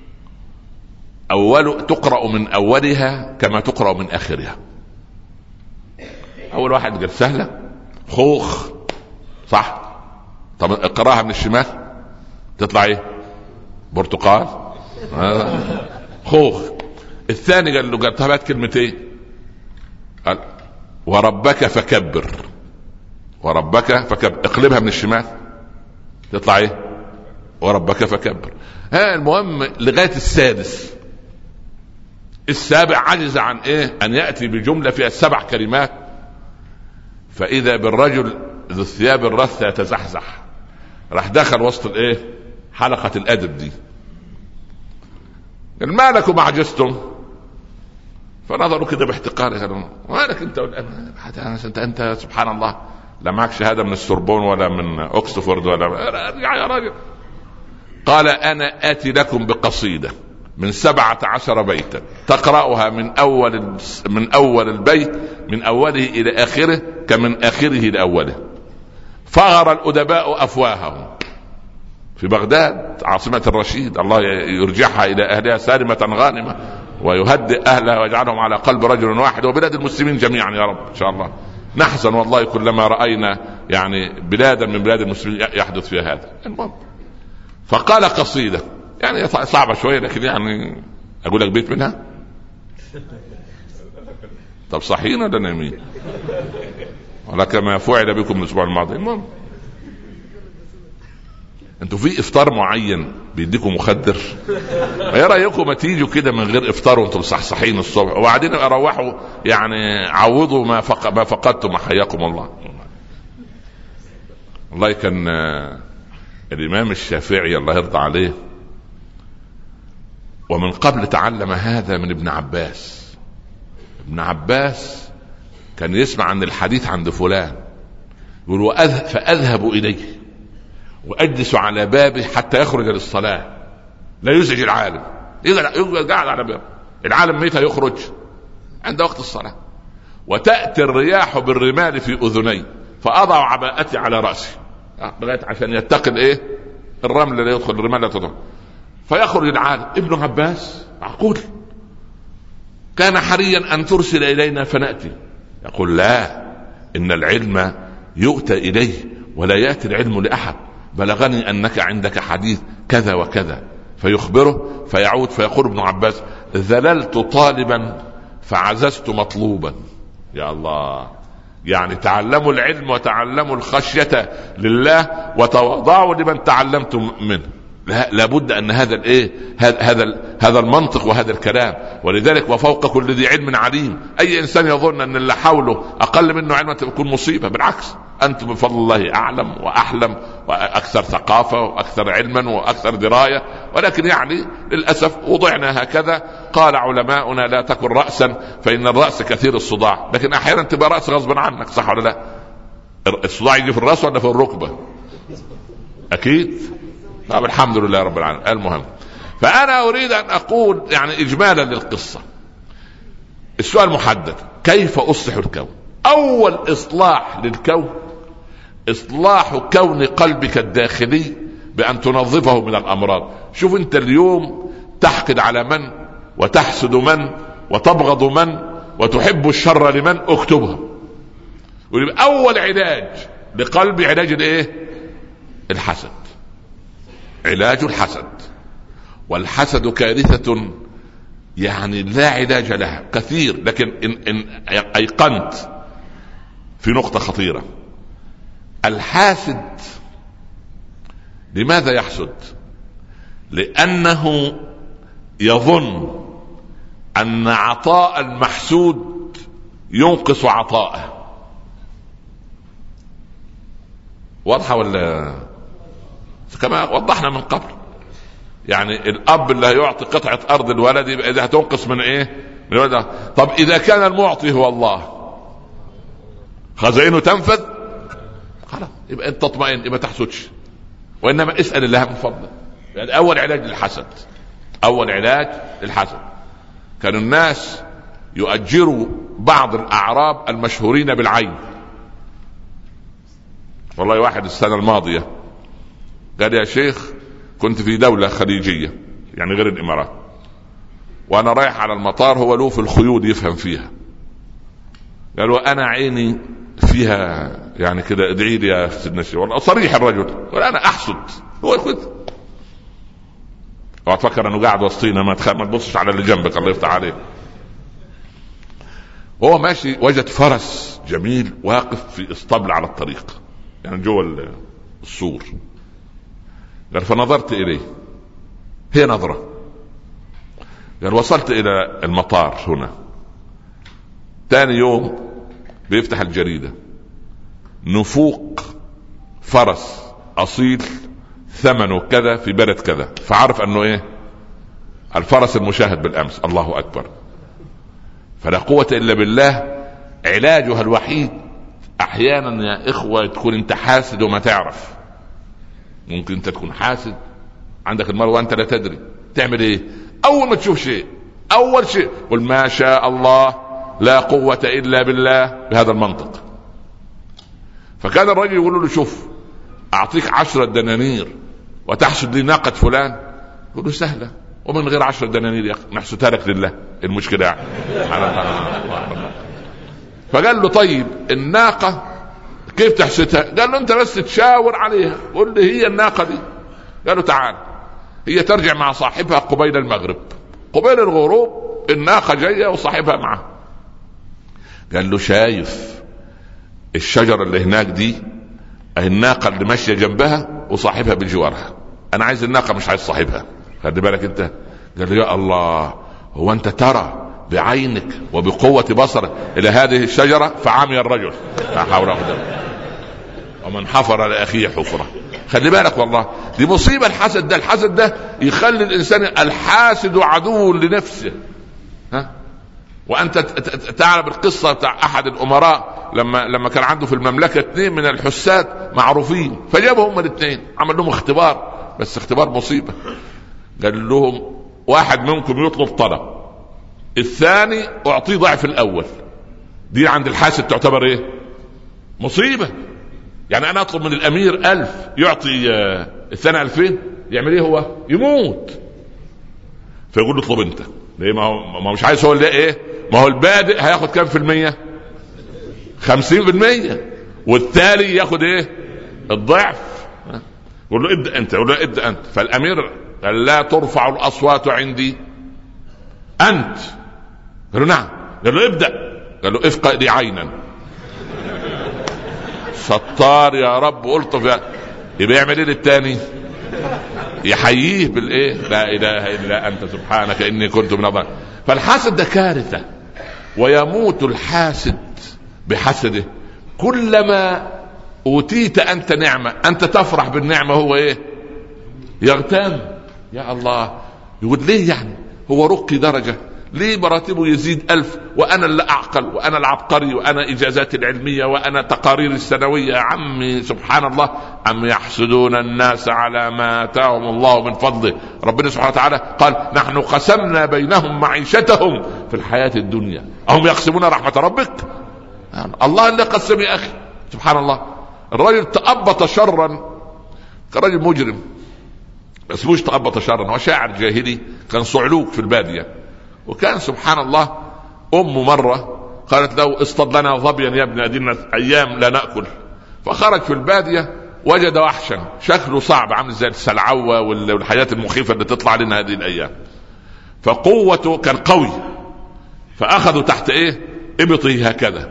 أول تقرأ من أولها كما تقرأ من آخرها. أول واحد قال سهلة، خوخ، صح؟ طب اقراها من الشمال تطلع ايه؟ برتقال. خوخ. الثاني قال له قال طب هات كلمتين، قال وربك فكبر. وربك فكبر، اقلبها من الشمال تطلع ايه؟ وربك فكبر. ها المهم لغاية السادس. السابع عجز عن ايه؟ ان يأتي بجملة فيها سبع كلمات. فاذا بالرجل ذو الثياب الرثة يتزحزح، راح دخل وسط الايه؟ حلقة الادب دي. قال ما لكم عجزتم؟ فنظروا كده باحتقار، قالوا ما لك انت انت انت سبحان الله لا معك شهادة من السوربون ولا من اوكسفورد ولا ارجع يا راجل. قال انا اتي لكم بقصيدة من سبعة عشر بيتا تقرأها من اول من اول البيت من اوله الى اخره كمن اخره لاوله. فغر الادباء افواههم في بغداد عاصمة الرشيد، الله يرجعها الى اهلها سالمة غانمة ويهدئ اهلها ويجعلهم على قلب رجل واحد، وبلاد المسلمين جميعا يا رب ان شاء الله. نحزن والله كلما رأينا يعني بلادا من بلاد المسلمين يحدث فيها هذا. المهم فقال قصيدة يعني صعبة شوية، لكن يعني اقول لك بيت منها. طب صحيين ولا نايمين؟ ولك ما فعل بكم الاسبوع الماضي. المهم انتوا في افطار معين بيديكم مخدر، ايه رايكم ما تيجوا كده من غير افطار وانتم صحصحين الصبح وبعدين اروحوا يعني عوضوا ما فق... ما فقدتم حياكم الله. الله كان الامام الشافعي الله يرضى عليه ومن قبل تعلم هذا من ابن عباس. ابن عباس كان يسمع عن الحديث عند فلان يقول فاذهب اليه وأجلس على بابه حتى يخرج للصلاة، لا يزعج العالم، يقعد قاعد على بابه، العالم متى يخرج؟ عند وقت الصلاة. وتأتي الرياح بالرمال في أذني فأضع عباءتي على رأسي لغاية عشان يتقل إيه الرمل اللي يدخل الرمال لا تدخل. فيخرج العالم. ابن عباس معقول كان حريا أن ترسل إلينا فنأتي؟ يقول لا، إن العلم يؤتى إليه ولا يأتي العلم لأحد، بلغني أنك عندك حديث كذا وكذا، فيخبره فيعود فيقول ابن عباس ذللت طالبا فعززت مطلوبا. يا الله، يعني تعلموا العلم وتعلموا الخشية لله وتواضعوا لمن تعلمتم منه. لا لابد ان هذا الايه هذا هذا هذا المنطق وهذا الكلام. ولذلك وفوق كل ذي علم عليم. اي انسان يظن ان اللي حوله اقل منه علما تكون مصيبه، بالعكس انتم بفضل الله اعلم واحلم واكثر ثقافه واكثر علما واكثر درايه، ولكن يعني للاسف وضعنا هكذا. قال علماؤنا لا تكن راسا فان الراس كثير الصداع، لكن احيانا تبقى راس غصبا عنك، صح ولا لا؟ الصداع يجي في الراس ولا في الركبه؟ اكيد. طب الحمد لله رب العالمين. المهم، فأنا أريد أن أقول يعني إجمالا للقصة، السؤال محدد: كيف أصلح الكون؟ أول إصلاح للكون إصلاح كون قلبك الداخلي بأن تنظفه من الأمراض. شوف أنت اليوم تحقد على من وتحسد من وتبغض من وتحب الشر لمن، اكتبها. أول علاج لقلبي علاج الإيه؟ الحسد. علاج الحسد. والحسد كارثة يعني لا علاج لها كثير، لكن إن, إن أيقنت في نقطة خطيرة: الحاسد لماذا يحسد؟ لأنه يظن أن عطاء المحسود ينقص عطاءه. واضحة ولا؟ كما وضحنا من قبل، يعني الاب اللي هيعطي قطعة ارض الولد يبقى اذا هتنقص من ايه؟ من الولد. طب اذا كان المعطي هو الله خزائنه تنفذ، خلاص يبقى انت تطمئن، يبقى تحسدش، وانما اسأل الله من فضله. يعني اول علاج للحسد، اول علاج للحسد. كانوا الناس يؤجروا بعض الاعراب المشهورين بالعين. والله واحد السنة الماضية قال يا شيخ كنت في دولة خليجية يعني غير الإمارات، وأنا رايح على المطار، هو له في الخيول يفهم فيها، قالوا أنا عيني فيها يعني كده، ادعي لي يا سيدنا الشيخ. والله صريح الرجل، قال أنا أحسد. هو الخد وأتفكر أنه قاعد وسطينا، ما تبصش على اللي جنبك، الله يفتح عليه. وهو ماشي وجد فرس جميل واقف في اسطبل على الطريق يعني جوه السور. قال فنظرت إليه، هي نظرة. قال وصلت إلى المطار هنا، تاني يوم بيفتح الجريدة: نفوق فرس أصيل ثمنه كذا في بلد كذا، فعرف أنه إيه؟ الفرس المشاهد بالأمس. الله أكبر. فلا قوة إلا بالله. علاجها الوحيد أحيانا يا إخوة تكون أنت حاسد وما تعرف. ممكن انت تكون حاسد عندك المرض وانت لا تدري، تعمل ايه؟ اول ما تشوف شيء، اول شيء قل ما شاء الله لا قوة الا بالله، بهذا المنطق. فكان الرجل يقول له شوف اعطيك عشرة دنانير وتحسد لي ناقة فلان، يقول له سهلة، ومن غير عشرة دنانير نحسدها لك لله، المشكلة يعني. فقال له طيب الناقة كيف تحسدها؟ قال له انت بس تشاور عليها، قل لي هي الناقة دي. قال له تعال، هي ترجع مع صاحبها قبيل المغرب، قبيل الغروب الناقة جاية وصاحبها معها. قال له شايف الشجرة اللي هناك دي؟ الناقة اللي ماشية جنبها وصاحبها بجوارها، انا عايز الناقة مش عايز صاحبها، خلي بالك انت. قال له يا الله، هو انت ترى بعينك وبقوة بصرك إلى هذه الشجرة؟ فعمي الرجل. لا حول ولا قوة. ومن حفر لأخيه حفرة. خلي بالك والله دي مصيبة الحسد ده. الحسد ده يخلي الإنسان، الحاسد عدو لنفسه. ها؟ وأنت تعرف القصة بتاع أحد الأمراء لما لما كان عنده في المملكه اثنين من الحساد معروفين، فجابهم هم الاثنين عمل لهم اختبار، بس اختبار مصيبه. قال لهم واحد منكم يطلب طلب، الثاني اعطيه ضعف الاول. دي عند الحاسد تعتبر ايه؟ مصيبه. يعني انا اطلب من الامير الف يعطي الثاني الفين، يعمل ايه؟ هو يموت. فيقول له اطلب انت. ليه؟ ما هو ما مش عايز هو اللي ايه؟ ما هو البادئ هياخد كام في المية؟ خمسين في المية، والتالي ياخد ايه؟ الضعف. يقول له ابدأ انت، يقول له ابدأ انت. فالامير قال لا ترفع الاصوات عندي انت. قال له نعم. قال له ابدأ. قال له افقأ لي عينا. ستار يا رب. قلت في يبقى يعمل ايه للتاني؟ يحييه بالايه؟ لا اله الا انت سبحانك اني كنت من الظالمين. فالحاسد ده كارثه، ويموت الحاسد بحسده. كلما اوتيت انت نعمه انت تفرح بالنعمه، هو ايه؟ يغتام. يا الله. يقول ليه يعني؟ هو رقي درجه، ليه مراتبه يزيد ألف وأنا اللي أعقل وأنا العبقري وأنا إجازاتي العلمية وأنا تقارير السنوية؟ يا عمي سبحان الله. أم يحسدون الناس على ما آتاهم الله من فضله. ربنا سبحانه وتعالى قال نحن قسمنا بينهم معيشتهم في الحياة الدنيا أهم يقسمون رحمة ربك؟ يعني الله اللي قسم يا أخي. سبحان الله. الرجل تأبط شرا، كرجل مجرم بس مش تأبط شرا، هو شاعر جاهلي كان صعلوك في البادية. وكان سبحان الله أمه مرة قالت له اصطاد لنا ظبيا يا ابن أدينا أيام لا نأكل. فخرج في البادية وجد وحشا شكله صعب عامل زي السلعوة والحياة المخيفة اللي تطلع لنا هذه الأيام. فقوته كان قوي، فأخذوا تحت إيه؟ إبطه هكذا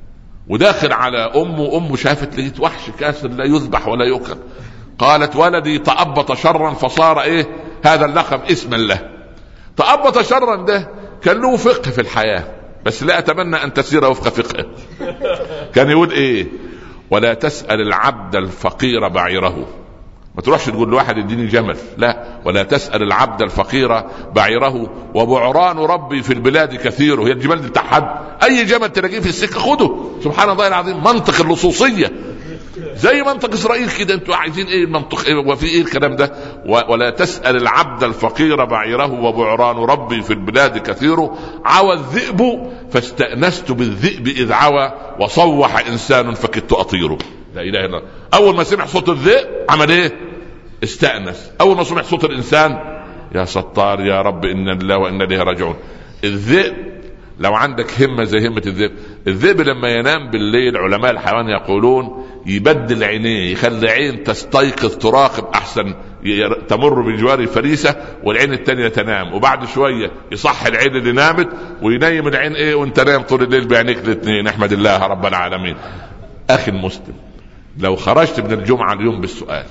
وداخل على أمه. أمه شافت لقيت وحش كاسر لا يذبح ولا يؤكل. قالت ولدي تأبط شرا فصار إيه هذا اللقب اسما له. تأبط شرا ده كان له فقه في الحياة، بس لا أتمنى أن تسير وفق فقه. كان يقول إيه؟ ولا تسأل العبد الفقير بعيره. ما تروحش تقول لواحد اديني جمل، لا، ولا تسأل العبد الفقير بعيره وبعران ربي في البلاد كثير. هي الجمال دي بتاع حد؟ أي جمل تلاقيه في السكة خده. سبحان الله العظيم. منطق اللصوصية زي منطق إسرائيل كده. انتوا عايزين ايه المنطق إيه وفي ايه الكلام ده؟ ولا تسأل العبد الفقير بعيره وبعران ربي في البلاد كثير. عوى الذئب فاستأنست بالذئب إذ عوى وصوح إنسان فكدت أطيره. لا إله إلا الله. أول ما سمع صوت الذئب عمل ايه؟ استأنس. أول ما سمع صوت الإنسان يا ستار يا رب إنا لله وإنا إليه راجعون. الذئب لو عندك همة زي همة الذئب، الذئب لما ينام بالليل علماء الحيوان يقولون يبدل عينيه، يخلي عين تستيقظ تراقب أحسن تمر بجوار الفريسة والعين التانية تنام، وبعد شوية يصح العين اللي نامت وينيم العين ايه وانت نام طول الليل بعينيك الاثنين. احمد الله رب العالمين. أخي المسلم، لو خرجت من الجمعة اليوم بالسؤال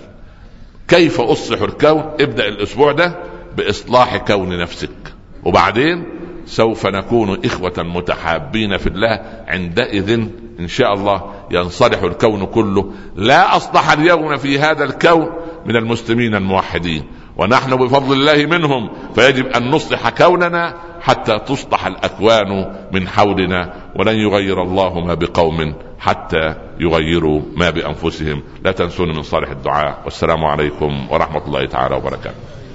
كيف أصلح الكون، ابدأ الأسبوع ده بإصلاح كون نفسك، وبعدين سوف نكون إخوة متحابين في الله. عندئذ إن شاء الله ينصلح الكون كله. لا أصلح اليوم في هذا الكون من المسلمين الموحدين، ونحن بفضل الله منهم، فيجب أن نصلح كوننا حتى تصلح الأكوان من حولنا. ولن يغير الله ما بقوم حتى يغيروا ما بأنفسهم. لا تنسون من صالح الدعاء. والسلام عليكم ورحمة الله تعالى وبركاته.